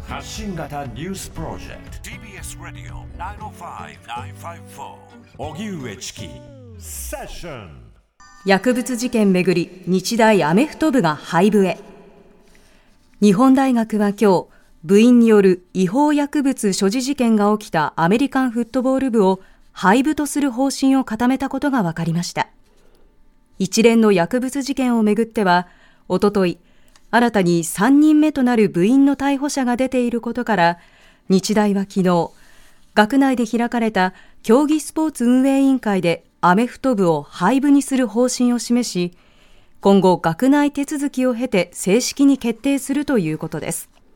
発信型ニュースプロジェクト TBS ラディオ905-954おぎゅうえちきセッション。 薬物事件めぐり日大アメフト部が廃部へ。日本大学は今日、部員による違法薬物所持事件が起きたアメリカンフットボール部を廃部とする方針を固めたことが分かりました。一連の薬物事件をめぐっては、おととい新たに3人目となる部員の逮捕者が出ていることから、日大は昨日、学内で開かれた競技スポーツ運営委員会でアメフト部を廃部にする方針を示し、今後学内手続きを経て正式に決定するということです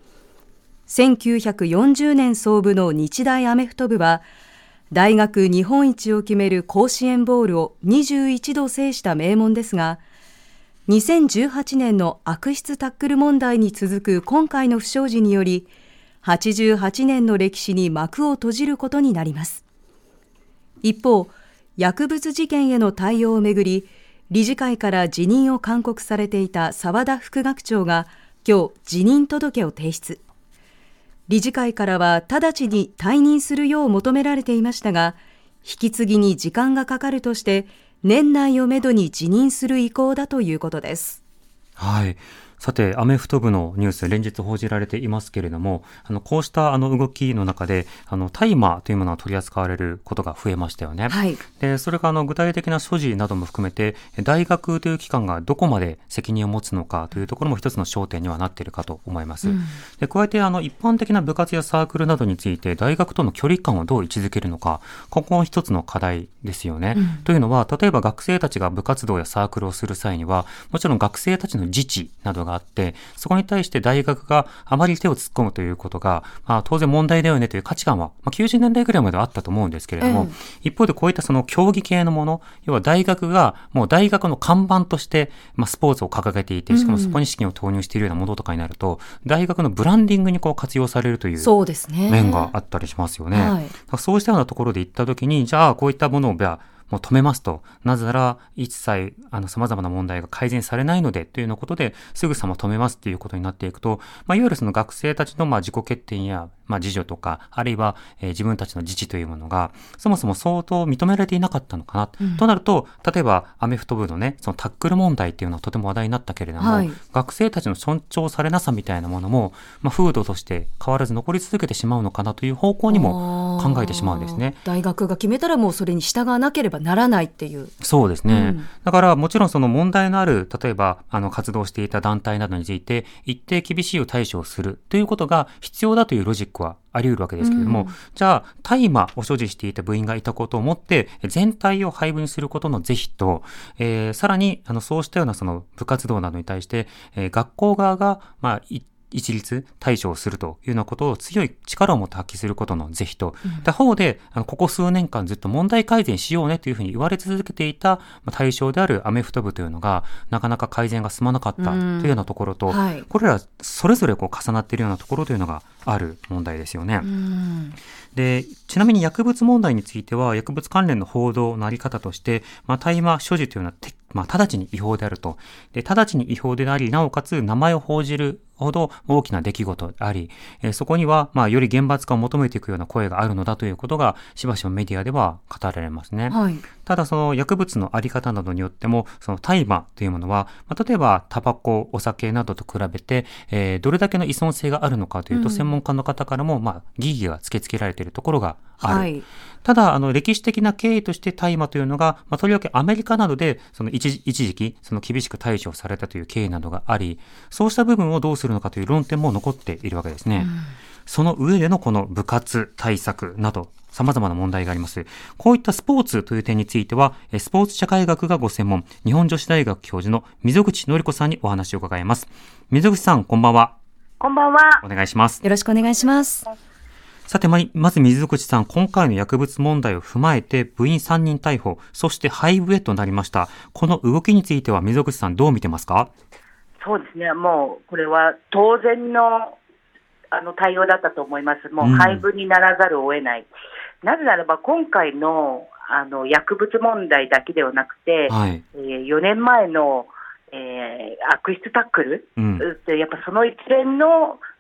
。1940年創部の日大アメフト部は、大学日本一を決める甲子園ボウルを21度制した名門ですが、2018年の悪質タックル問題に続く今回の不祥事により、88年の歴史に幕を閉じることになります。一方、薬物事件への対応をめぐり、理事会から辞任を勧告されていた澤田副学長が今日辞任届を提出。理事会からは直ちに退任するよう求められていましたが、引き継ぎに時間がかかるとして年内をめどに辞任する意向だということです。 はい。さて、アメフト部のニュース連日報じられていますけれども、こうした動きの中で大麻というものが取り扱われることが増えましたよね。 はい。でそれが具体的な所持なども含めて、大学という機関がどこまで責任を持つのかというところも一つの焦点にはなっているかと思います。で加えて一般的な部活やサークルなどについて大学との距離感をどう位置づけるのか、ここも一つの課題ですよね。というのは、例えば学生たちが部活動やサークルをする際には、もちろん学生たちの自治などがあって、そこに対して大学があまり手を突っ込むということが、当然問題だよねという価値観は、90年代ぐらいまではあったと思うんですけれども、一方でこういったその競技系のもの、要は大学がもう大学の看板として、スポーツを掲げていて、しかもそこに資金を投入しているようなものとかになると、大学のブランディングに活用されるという面があったりしますよね。はい、そうしたようなところで行ったときに、じゃあこういったものをもう止めますと。なぜなら、一切、様々な問題が改善されないので、というようなことで、すぐさま止めますということになっていくと、いわゆるその学生たちの自己決定や、自助とか、あるいは、自分たちの自治というものが、そもそも相当認められていなかったのかな。となると、例えば、アメフト部のね、そのタックル問題っていうのはとても話題になったけれども、学生たちの尊重されなさみたいなものも、風土として変わらず残り続けてしまうのかなという方向にも考えてしまうんですね。 大学が決めたらもうそれに従わなければならないっていう。 そうですね。だからもちろんその問題のある、例えば活動していた団体などについて一定厳しい対処をするということが必要だというロジックはあり得るわけですけれども、じゃあ大麻を所持していた部員がいたことをもって全体を廃部にすることの是非と、さらにそうしたようなその部活動などに対して、学校側が一律対処をするというようなことを強い力を持って発揮することの是非と、他方でここ数年間ずっと問題改善しようねというふうに言われ続けていた対象であるアメフト部というのがなかなか改善が進まなかったというようなところと、これらそれぞれ重なっているようなところというのがある問題ですよね。で、ちなみに薬物問題については薬物関連の報道のあり方として、大麻所持というのは直ちに違法であると。で、直ちに違法であり、なおかつ名前を報じるほど大きな出来事であり、そこにはより厳罰化を求めていくような声があるのだということがしばしばメディアでは語られますね。ただその薬物のあり方などによっても、その大麻というものは、例えばタバコ、お酒などと比べて、どれだけの依存性があるのかというと、専門家の方からも疑義が突きつけられているところがある。ただ歴史的な経緯として大麻というのが、とりわけアメリカなどでその一時期その厳しく対処されたという経緯などがあり、そうした部分をどうするのかという論点も残っているわけですね。その上でのこの部活対策など様々な問題があります。こういったスポーツという点については、スポーツ社会学がご専門、日本女子大学教授の溝口典子さんにお話を伺います。溝口さん、こんばんは。 こんばんは。 お願いします。 よろしくお願いします。 さて、まず溝口さん、今回の薬物問題を踏まえて部員3人逮捕、そして廃部へとなりました。この動きについては溝口さんどう見てますか？ そうですね、もうこれは当然の対応だったと思います。もう廃部にならざるを得ない。なぜならば今回の薬物問題だけではなくて、4年前の悪質タックルって、やっぱその一連の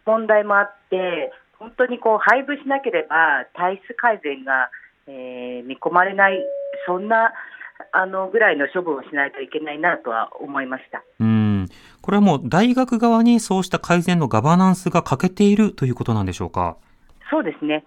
問題もあって、本当に配布しなければ体質改善が、見込まれない、そんなぐらいの処分をしないといけないなとは思いました。 これはもう大学側にそうした改善のガバナンスが欠けているということなんでしょうか。 そうですね。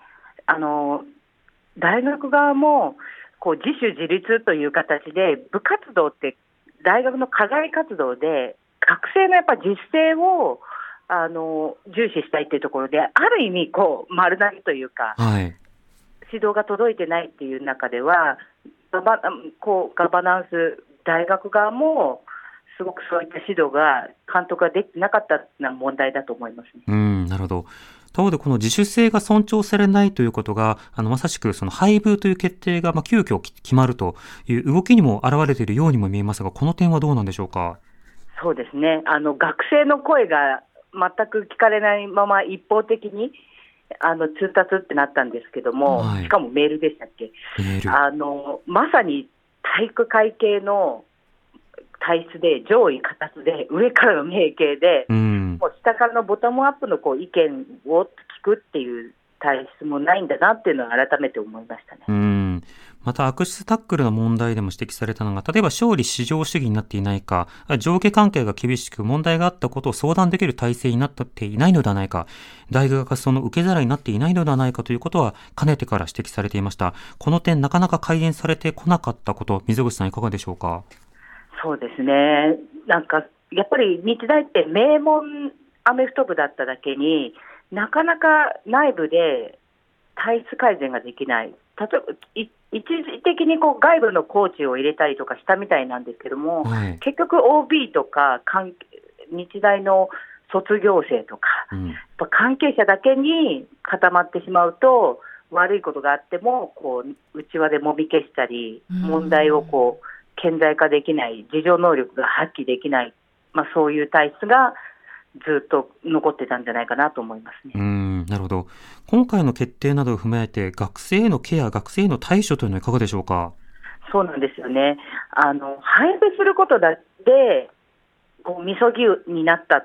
大学側も自主自立という形で、部活動って大学の課外活動で学生のやっぱ実践を重視したいというところで、ある意味丸投げというか、指導が届いてないっていう中ではガバナンス、大学側もすごくそういった指導が監督ができてなかったな問題だと思いますね。 なるほど。他方でこの自主性が尊重されないということがまさしくその配布という決定が急遽決まるという動きにも表れているようにも見えますが、この点はどうなんでしょうか。 そうですね。学生の声が全く聞かれないまま一方的に通達ってなったんですけども、しかもメールでしたっけ。まさに体育会系の体質で、上位形で、上からの命形で、もう下からのボタムアップの意見を聞くっていう体質もないんだなっていうのを改めて思いましたね。 また悪質タックルの問題でも指摘されたのが、例えば勝利至上主義になっていないか、上下関係が厳しく問題があったことを相談できる体制になっていないのではないか、大学がその受け皿になっていないのではないかということはかねてから指摘されていました。この点なかなか改善されてこなかったこと、溝口さんいかがでしょうか。 そうですね。やっぱり日大って名門アメフト部だっただけに、なかなか内部で体質改善ができない。例えば一時的に外部のコーチを入れたりとかしたみたいなんですけども、結局 OB とか日大の卒業生とか、やっぱ関係者だけに固まってしまうと、悪いことがあっても内輪でもみ消したり、問題を顕在化できない、自助能力が発揮できない、そういう体質がずっと残ってたんじゃないかなと思いますね。 なるほど。今回の決定などを踏まえて、学生へのケア、学生への対処というのはいかがでしょうか。 そうなんですよね。配布することだってみそぎになったって、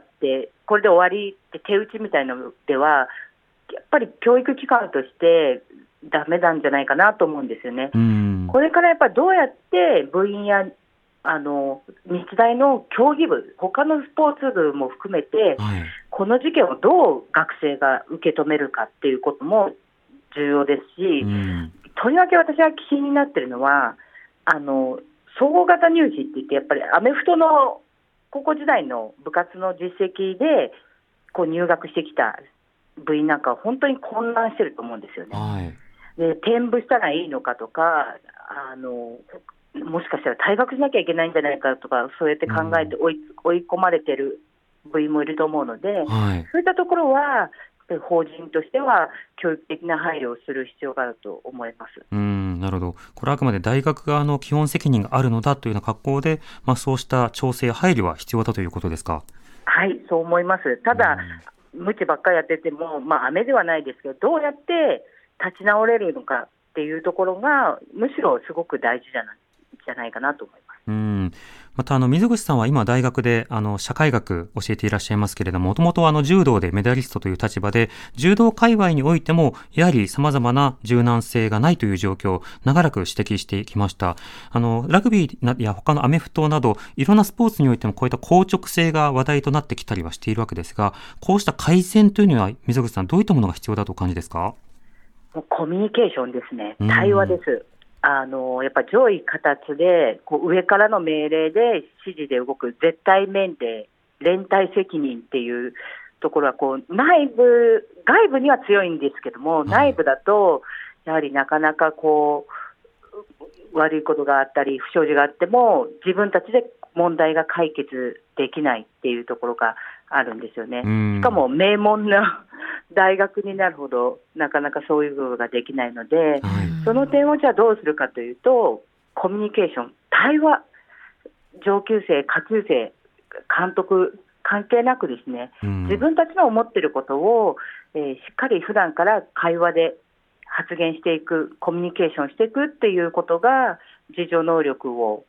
これで終わりって手打ちみたいなのでは、やっぱり教育機関としてダメなんじゃないかなと思うんですよね。これからやっぱりどうやって部員や日大の競技部、他のスポーツ部も含めて、この事件をどう学生が受け止めるかっていうことも重要ですし、とりわけ私が気になっているのは総合型入試って言って、やっぱりアメフトの高校時代の部活の実績で入学してきた部員なんかは本当に混乱してると思うんですよね。で、転部したらいいのかとか、もしかしたら退学しなきゃいけないんじゃないかとか、そうやって考えて追い込まれている部員もいると思うので、そういったところは法人としては教育的な配慮をする必要があると思います。 なるほど。これはあくまで大学側の基本責任があるのだというような格好で、そうした調整配慮は必要だということですか。 はい、そう思います。ただ無知ばっかりやってても、雨ではないですけど、どうやって立ち直れるのかっていうところがむしろすごく大事じゃないかなと思います。 また溝口さんは今大学で社会学教えていらっしゃいますけれども、もともと柔道でメダリストという立場で、柔道界隈においてもやはり様々な柔軟性がないという状況を長らく指摘してきました。ラグビーや他のアメフトなどいろんなスポーツにおいてもこういった硬直性が話題となってきたりはしているわけですが、こうした改善というのは溝口さん、どういったものが必要だとお感じですか。 コミュニケーションですね。対話です。やっぱ上位形で上からの命令で指示で動く絶対命令、連帯責任っていうところは外部には強いんですけども、内部だとやはりなかなか悪いことがあったり不祥事があっても自分たちで問題が解決できないっていうところがあるんですよね。しかも名門な大学になるほどなかなかそういうことができないので、その点をじゃあどうするかというと、コミュニケーション、対話、上級生、下級生、監督関係なくですね、自分たちの思っていることを、しっかり普段から会話で発言していく、コミュニケーションしていくっていうことが自助能力を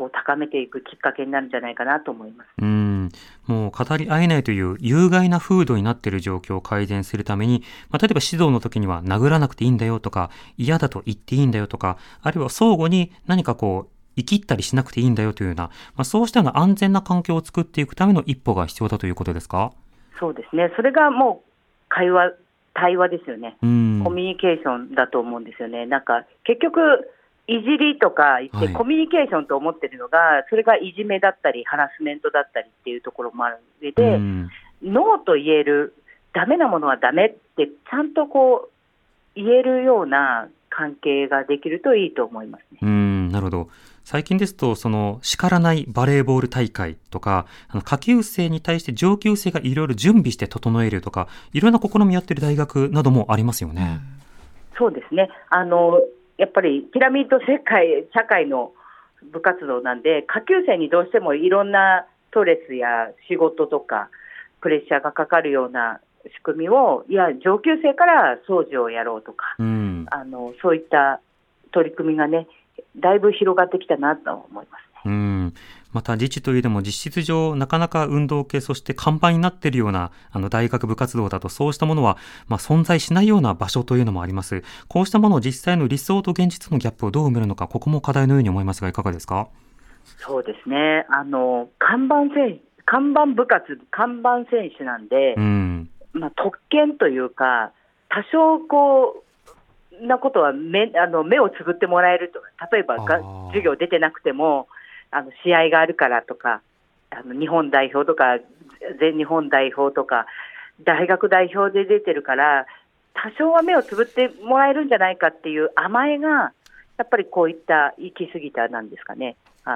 こう高めていくきっかけになるんじゃないかなと思います。 もう語り合えないという有害な風土になっている状況を改善するために、例えば指導の時には殴らなくていいんだよとか、嫌だと言っていいんだよとか、あるいは相互に何かこう生きったりしなくていいんだよというような、そうしたような安全な環境を作っていくための一歩が必要だということですか？ そうですね。それがもう対話ですよね。コミュニケーションだと思うんですよね。なんか結局いじりとか言ってコミュニケーションと思ってるのが、それがいじめだったりハラスメントだったりっていうところもある上で、ノーと言える、ダメなものはダメってちゃんとこう言えるような関係ができるといいと思いますね。 なるほど。最近ですと、その叱らないバレーボール大会とか、下級生に対して上級生がいろいろ準備して整えるとか、いろんな試みやっている大学などもありますよね。 そうですね。やっぱりピラミッド社会の部活動なんで、下級生にどうしてもいろんなストレスや仕事とかプレッシャーがかかるような仕組みを、いや上級生から掃除をやろうとか、そういった取り組みがね、だいぶ広がってきたなと思いますね。 また自治といえども実質上なかなか運動系、そして看板になっているような大学部活動だと、そうしたものは存在しないような場所というのもあります。こうしたものを実際の理想と現実のギャップをどう埋めるのか、ここも課題のように思いますが、いかがですか？ そうですね。看板部活、看板選手なんで、特権というか、多少こうなことは目をつぶってもらえるとか、例えば授業出てなくても試合があるからとか、日本代表とか全日本代表とか大学代表で出てるから多少は目をつぶってもらえるんじゃないかっていう甘えが、やっぱりこういった行き過ぎたなんですかね、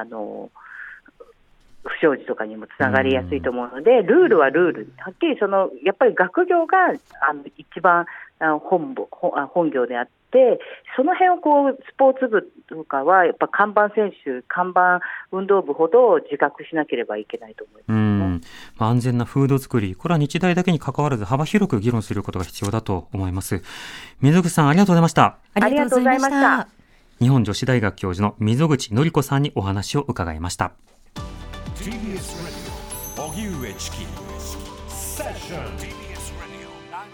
不祥事とかにもつながりやすいと思うので、ルールはルール、はっきりやっぱり学業が一番本業であって、その辺をこうスポーツ部とかはやっぱ看板選手、看板運動部ほど自覚しなければいけないと思います。 安全な風土作り、これは日大だけに関わらず幅広く議論することが必要だと思います。溝口さん、ありがとうございました。 ありがとうございました。 日本女子大学教授の溝口紀子さんにお話を伺いました。 TBS Radio 荻上チキセッション TBS Radio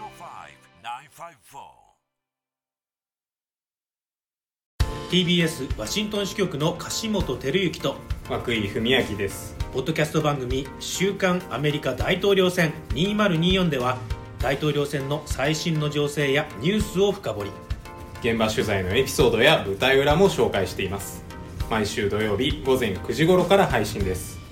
905-954 TBS ワシントン支局の樫本照之と涌井文明です。 ポッドキャスト番組週刊アメリカ大統領選2024では、大統領選の最新の情勢やニュースを深掘り、 現場取材のエピソードや舞台裏も紹介しています。毎週土曜日午前9時頃から配信です。